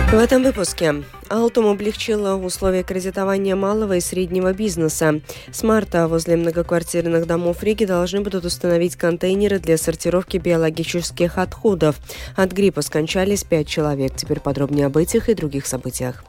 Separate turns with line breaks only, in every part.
В этом выпуске. Алтум облегчила условия кредитования малого и среднего бизнеса. С марта возле многоквартирных домов Риги должны будут установить контейнеры для сортировки биологических отходов. От гриппа скончались 5 человек. Теперь подробнее об этих и других событиях.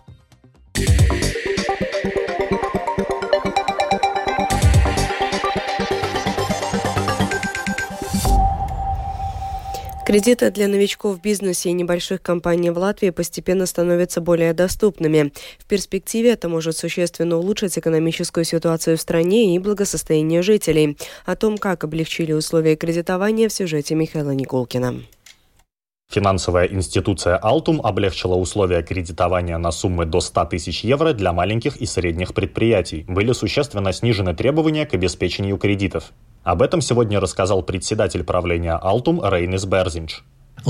Кредиты для новичков в бизнесе и небольших компаний в Латвии постепенно становятся более доступными. В перспективе это может существенно улучшить экономическую ситуацию в стране и благосостояние жителей. О том, как облегчили условия кредитования, в сюжете Михаила Никулкина.
Финансовая институция Алтум облегчила условия кредитования на суммы до 100 тысяч евро для маленьких и средних предприятий. Были существенно снижены требования к обеспечению кредитов. Об этом сегодня рассказал председатель правления Алтум Рейнис Берзинч.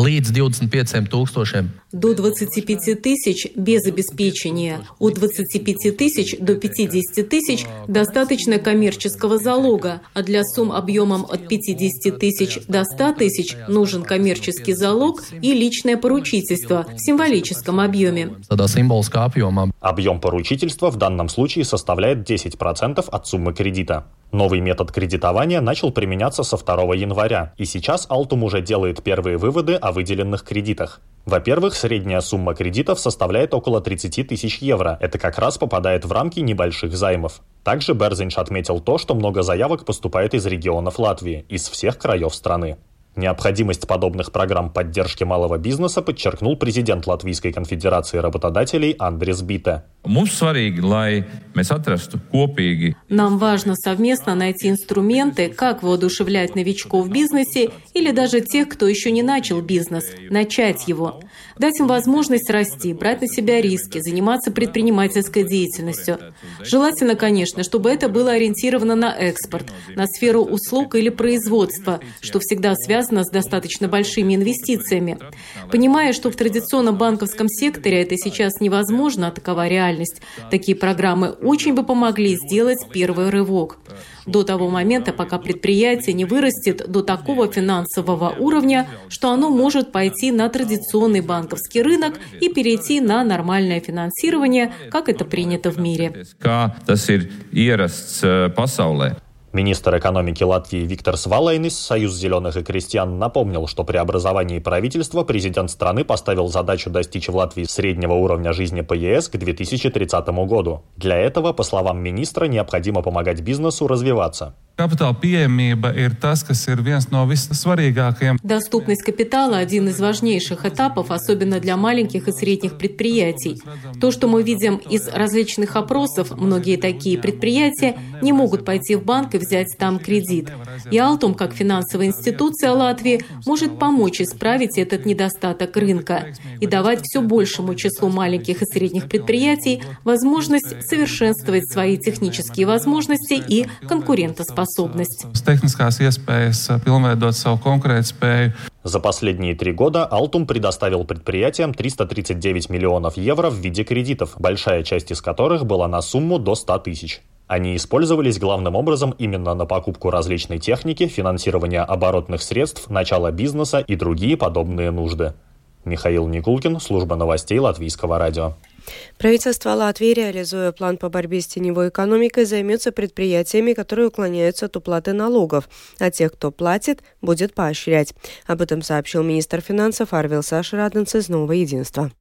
До 25 тысяч без обеспечения, от 25 тысяч до 50 тысяч достаточно коммерческого залога, а для сумм объемом от 50 тысяч до 100 тысяч нужен коммерческий залог и личное поручительство в символическом объеме.
Объем поручительства в данном случае составляет 10% от суммы кредита. Новый метод кредитования начал применяться со 2 января, и сейчас Алтум уже делает первые выводы о выделенных кредитах. Во-первых, средняя сумма кредитов составляет около 30 тысяч евро. Это как раз попадает в рамки небольших займов. Также Берзинч отметил то, что много заявок поступает из регионов Латвии, из всех краев страны. Необходимость подобных программ поддержки малого бизнеса подчеркнул президент Латвийской конфедерации работодателей Андрис Бите.
Нам важно совместно найти инструменты, как воодушевлять новичков в бизнесе или даже тех, кто еще не начал бизнес, начать его. Дать им возможность расти, брать на себя риски, заниматься предпринимательской деятельностью. Желательно, конечно, чтобы это было ориентировано на экспорт, на сферу услуг или производства, что всегда связано с достаточно большими инвестициями. Понимая, что в традиционном банковском секторе это сейчас невозможно, такова реальность, такие программы очень бы помогли сделать первый рывок. До того момента, пока предприятие не вырастет до такого финансового уровня, что оно может пойти на традиционный банковский рынок и перейти на нормальное финансирование, как это принято в мире.
Министр экономики Латвии Виктор Свалайнис, Союз зеленых и крестьян, напомнил, что при образовании правительства президент страны поставил задачу достичь в Латвии среднего уровня жизни по ЕС к 2030 году. Для этого, по словам министра, необходимо помогать бизнесу развиваться.
Доступность капитала – один из важнейших этапов, особенно для маленьких и средних предприятий. То, что мы видим из различных опросов, многие такие предприятия не могут пойти в банк и взять там кредит. И Алтум, как финансовая институция Латвии, может помочь исправить этот недостаток рынка и давать все большему числу маленьких и средних предприятий возможность совершенствовать свои технические возможности и конкурентоспособность.
За последние 3 года Алтум предоставил предприятиям 339 миллионов евро в виде кредитов, большая часть из которых была на сумму до 100 тысяч. Они использовались главным образом именно на покупку различной техники, финансирование оборотных средств, начало бизнеса и другие подобные нужды. Михаил Никулкин, служба новостей Латвийского радио.
Правительство Латвии, реализуя план по борьбе с теневой экономикой, займется предприятиями, которые уклоняются от уплаты налогов, а тех, кто платит, будет поощрять. Об этом сообщил министр финансов Арвилс Ашраденс из Нового единства.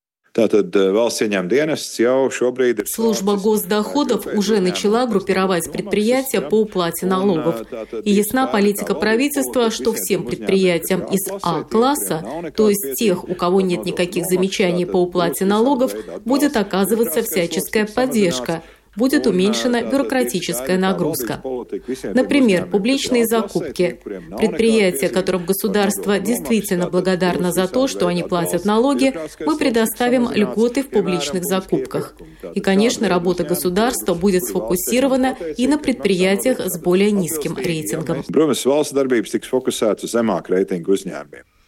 Служба госдоходов уже начала группировать предприятия по уплате налогов. И ясна политика правительства, что всем предприятиям из А-класса, то есть тех, у кого нет никаких замечаний по уплате налогов, будет оказываться всяческая поддержка. Будет уменьшена бюрократическая нагрузка. Например, публичные закупки. Предприятия, которым государство действительно благодарно за то, что они платят налоги, мы предоставим льготы в публичных закупках. И, конечно, работа государства будет сфокусирована и на предприятиях с более низким рейтингом.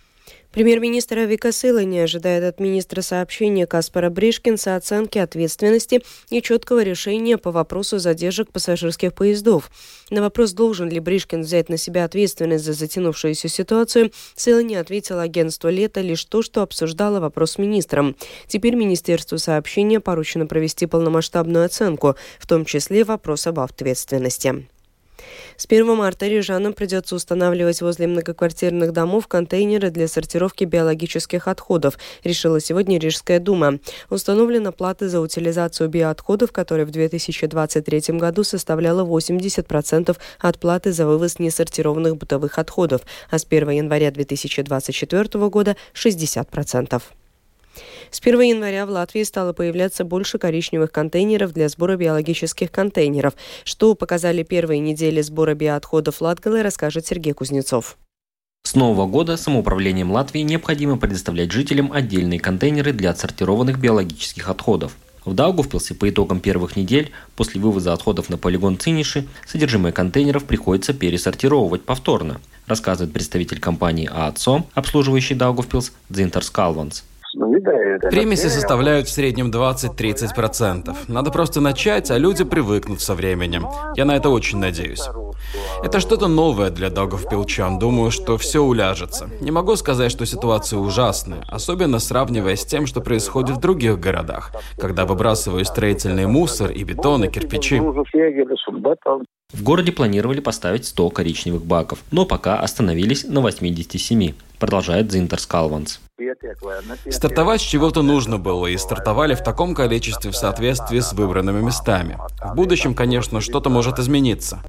Премьер-министр Вика Силани ожидает от министра сообщения Каспара Бришкинса оценки ответственности и четкого решения по вопросу задержек пассажирских поездов. На вопрос, должен ли Бришкин взять на себя ответственность за затянувшуюся ситуацию, Силани ответила агентству «Лето» лишь то, что обсуждала вопрос с министром. Теперь Министерству сообщения поручено провести полномасштабную оценку, в том числе вопрос об ответственности. С 1 марта рижанам придется устанавливать возле многоквартирных домов контейнеры для сортировки биологических отходов, решила сегодня Рижская дума. Установлена плата за утилизацию биоотходов, которая в 2023 году составляла 80% от платы за вывоз несортированных бытовых отходов, а с 1 января 2024 года – 60%. С 1 января в Латвии стало появляться больше коричневых контейнеров для сбора биологических контейнеров. Что показали первые недели сбора биоотходов Латгалы, расскажет Сергей Кузнецов.
С нового года самоуправлением Латвии необходимо предоставлять жителям отдельные контейнеры для отсортированных биологических отходов. В Даугавпилсе по итогам первых недель после вывоза отходов на полигон Циниши содержимое контейнеров приходится пересортировывать повторно, рассказывает представитель компании ААЦО, обслуживающий Даугавпилс, Дзинтарс Калванс.
Примеси составляют в среднем 20-30%. Надо просто начать, а люди привыкнут со временем. Я на это очень надеюсь. Это что-то новое для даугавпилчан. Думаю, что все уляжется. Не могу сказать, что ситуация ужасная, особенно сравнивая с тем, что происходит в других городах, когда выбрасывают строительный мусор и бетон, и кирпичи.
В городе планировали поставить 100 коричневых баков, но пока остановились на 87, продолжает Дзинтарс Калванс.
Стартовать с чего-то нужно было, и стартовали в таком количестве в соответствии с выбранными местами. В будущем, конечно, что-то может измениться.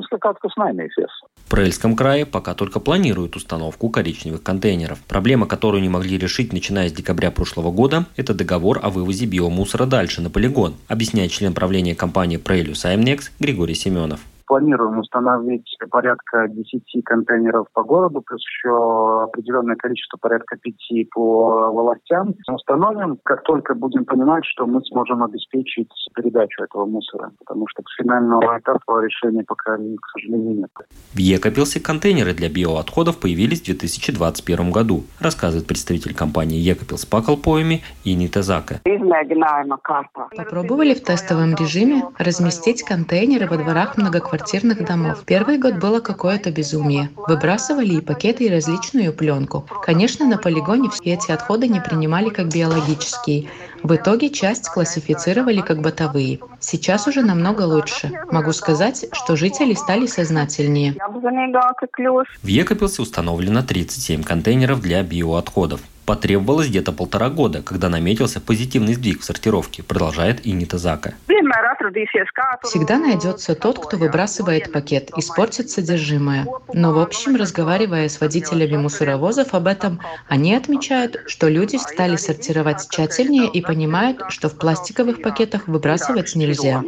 В Прельском крае пока только планируют установку коричневых контейнеров. Проблема, которую не могли решить, начиная с декабря прошлого года, это договор о вывозе биомусора дальше на полигон, объясняет член правления компании Preilius AMNEX Григорий Семенов.
Планируем установить порядка 10 контейнеров по городу, плюс еще определенное количество, порядка 5 по властям. Установим, как только будем понимать, что мы сможем обеспечить передачу этого мусора, потому что финального этапа решения пока, к сожалению, нет.
В Екапилсе контейнеры для биоотходов появились в 2021 году, рассказывает представитель компании Екапилс Пакалпоеми Инита Зака.
Попробовали в тестовом режиме разместить контейнеры во дворах многоквартирных домов. Первый год было какое-то безумие. Выбрасывали и пакеты, и различную пленку. Конечно, на полигоне все эти отходы не принимали как биологические. В итоге часть классифицировали как бытовые. Сейчас уже намного лучше. Могу сказать, что жители стали сознательнее.
В Екапилсе установлено 37 контейнеров для биоотходов. Потребовалось где-то 1,5 года, когда наметился позитивный сдвиг в сортировке, продолжает Инита Зака.
Всегда найдется тот, кто выбрасывает пакет, испортит содержимое. Но в общем, разговаривая с водителями мусоровозов об этом, они отмечают, что люди стали сортировать тщательнее и понимают, что в пластиковых пакетах выбрасывать нельзя.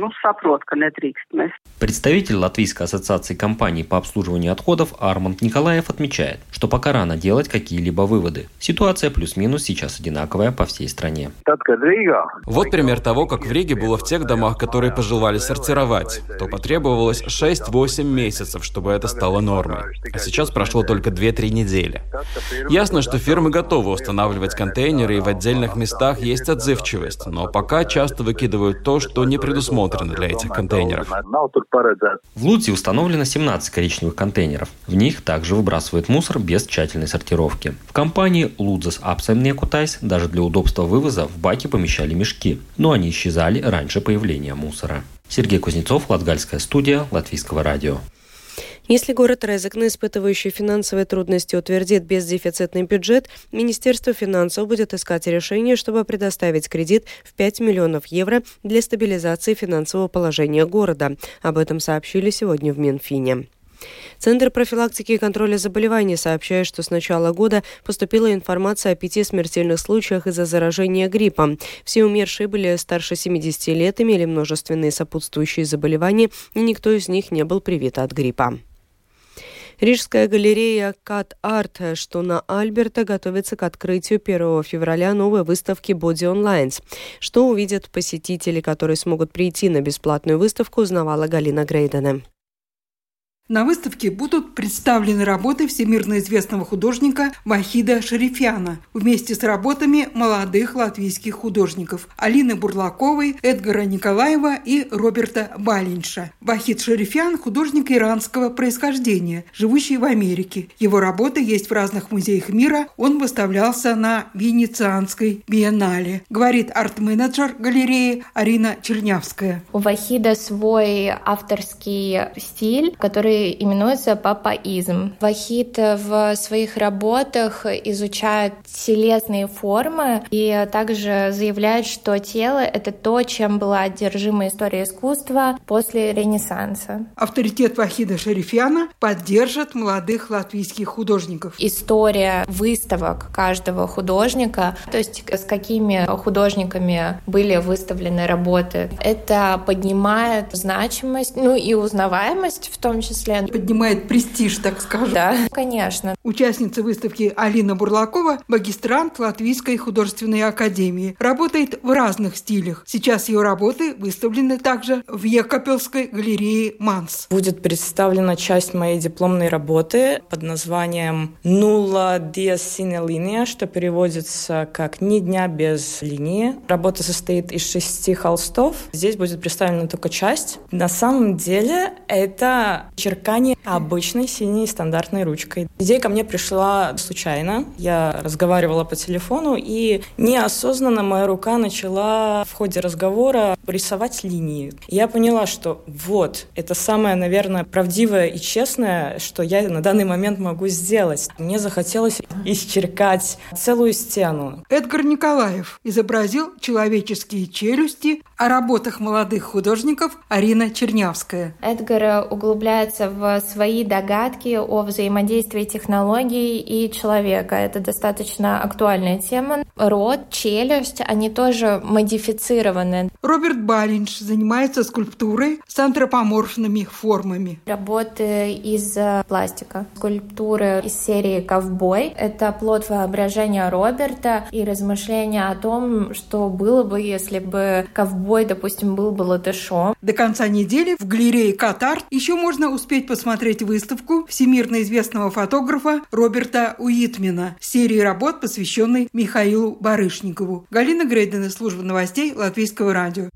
Представитель Латвийской ассоциации компаний по обслуживанию отходов Арманд Николаев отмечает, что пока рано делать какие-либо выводы. Ситуация плюс-минус сейчас одинаковая по всей стране.
Вот пример того, как в Риге было в тех домах, которые пожелали сортировать. То потребовалось 6-8 месяцев, чтобы это стало нормой. А сейчас прошло только 2-3 недели. Ясно, что фирмы готовы устанавливать контейнеры, и в отдельных местах есть отзывчивость, но пока часто выкидывают то, что не предусмотрено для этих контейнеров.
В Лудзе установлено 17 коричневых контейнеров. В них также выбрасывают мусор без тщательной сортировки. В компании Лудзес Апсаймнекутайс даже для удобства вывоза в баки помещали мешки, но они исчезали раньше появления мусора. Сергей Кузнецов, Латгальская студия, Латвийского радио.
Если город Резекне, испытывающий финансовые трудности, утвердит бездефицитный бюджет, Министерство финансов будет искать решение, чтобы предоставить кредит в 5 миллионов евро для стабилизации финансового положения города. Об этом сообщили сегодня в Минфине. Центр профилактики и контроля заболеваний сообщает, что с начала года поступила информация о 5 смертельных случаях из-за заражения гриппом. Все умершие были старше 70 лет, имели множественные сопутствующие заболевания, и никто из них не был привит от гриппа. Рижская галерея Cat Art, что на Альберта, готовится к открытию 1 февраля новой выставки Body Online. Что увидят посетители, которые смогут прийти на бесплатную выставку, узнавала Галина Грейдене.
На выставке будут представлены работы всемирно известного художника Вахида Шарифяна вместе с работами молодых латвийских художников Алины Бурлаковой, Эдгара Николаева и Роберта Балинша. Вахид Шарифян – художник иранского происхождения, живущий в Америке. Его работы есть в разных музеях мира. Он выставлялся на Венецианской биеннале, говорит арт-менеджер галереи Арина Чернявская.
У Вахида свой авторский стиль, который именуется папаизм. Вахид в своих работах изучает телесные формы и также заявляет, что тело — это то, чем была одержима история искусства после Ренессанса.
Авторитет Вахида Шарифяна поддержит молодых латвийских художников.
История выставок каждого художника, то есть с какими художниками были выставлены работы, это поднимает значимость, и узнаваемость в том числе.
Поднимает престиж, так скажем.
Да, конечно.
Участница выставки Алина Бурлакова – магистрант Латвийской художественной академии. Работает в разных стилях. Сейчас ее работы выставлены также в Екапельской галерее «Манс».
Будет представлена часть моей дипломной работы под названием «Nulla dies sine linea», что переводится как «Ни дня без линии». Работа состоит из 6 холстов. Здесь будет представлена только часть. На самом деле это черкание обычной синей стандартной ручкой. Идея ко мне пришла случайно. Я разговаривала по телефону, и неосознанно моя рука начала в ходе разговора рисовать линии. Я поняла, что это самое, наверное, правдивое и честное, что я на данный момент могу сделать. Мне захотелось исчеркать целую стену.
Эдгар Николаев изобразил человеческие челюсти. О работах молодых художников Арина Чернявская.
Эдгар углубляется в свои догадки о взаимодействии технологий и человека. Это достаточно актуальная тема. Рот, челюсть, они тоже модифицированы.
Роберт Балинш занимается скульптурой с антропоморфными формами.
Работы из пластика. Скульптуры из серии «Ковбой». Это плод воображения Роберта и размышления о том, что было бы, если бы ковбой, допустим, был бы латышом.
До конца недели в галерее «Катарт» еще можно успеть посмотреть выставку всемирно известного фотографа Роберта Уитмена, серии работ, посвященной Михаилу Барышникову. Галина Грейдена, служба новостей Латвийского радио.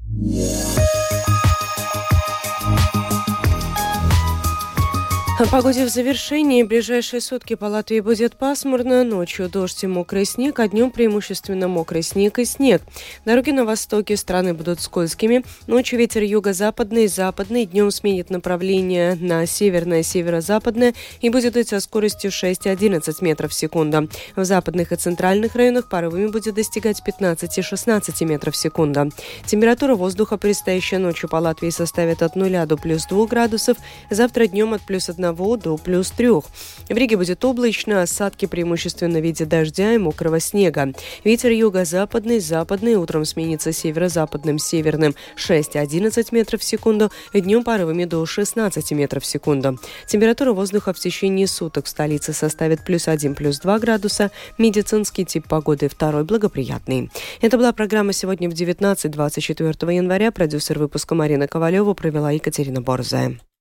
О погоде в завершении. Ближайшие сутки по Латвии будет пасмурно, ночью дождь и мокрый снег, а днем преимущественно мокрый снег и снег. Дороги на востоке страны будут скользкими. Ночью ветер юго-западный, западный, днем сменит направление на северное, северо-западное и будет идти со скоростью 6-11 метров в секунду. В западных и центральных районах порывами будет достигать 15-16 метров в секунду. Температура воздуха предстоящей ночью по Латвии составит от 0 до плюс 2 градусов, завтра днем от плюс 1 до плюс 3. В Риге будет облачно, осадки преимущественно в виде дождя и мокрого снега. Ветер юго-западный, западный, утром сменится северо-западным, северным 6-11 метров в секунду, днем порывами до 16 метров в секунду. Температура воздуха в течение суток в столице составит плюс 1, плюс 2 градуса. Медицинский тип погоды 2 благоприятный. Это была программа «Сегодня в 19:24 января». Продюсер выпуска Марина Ковалева, провела Екатерина Борзая.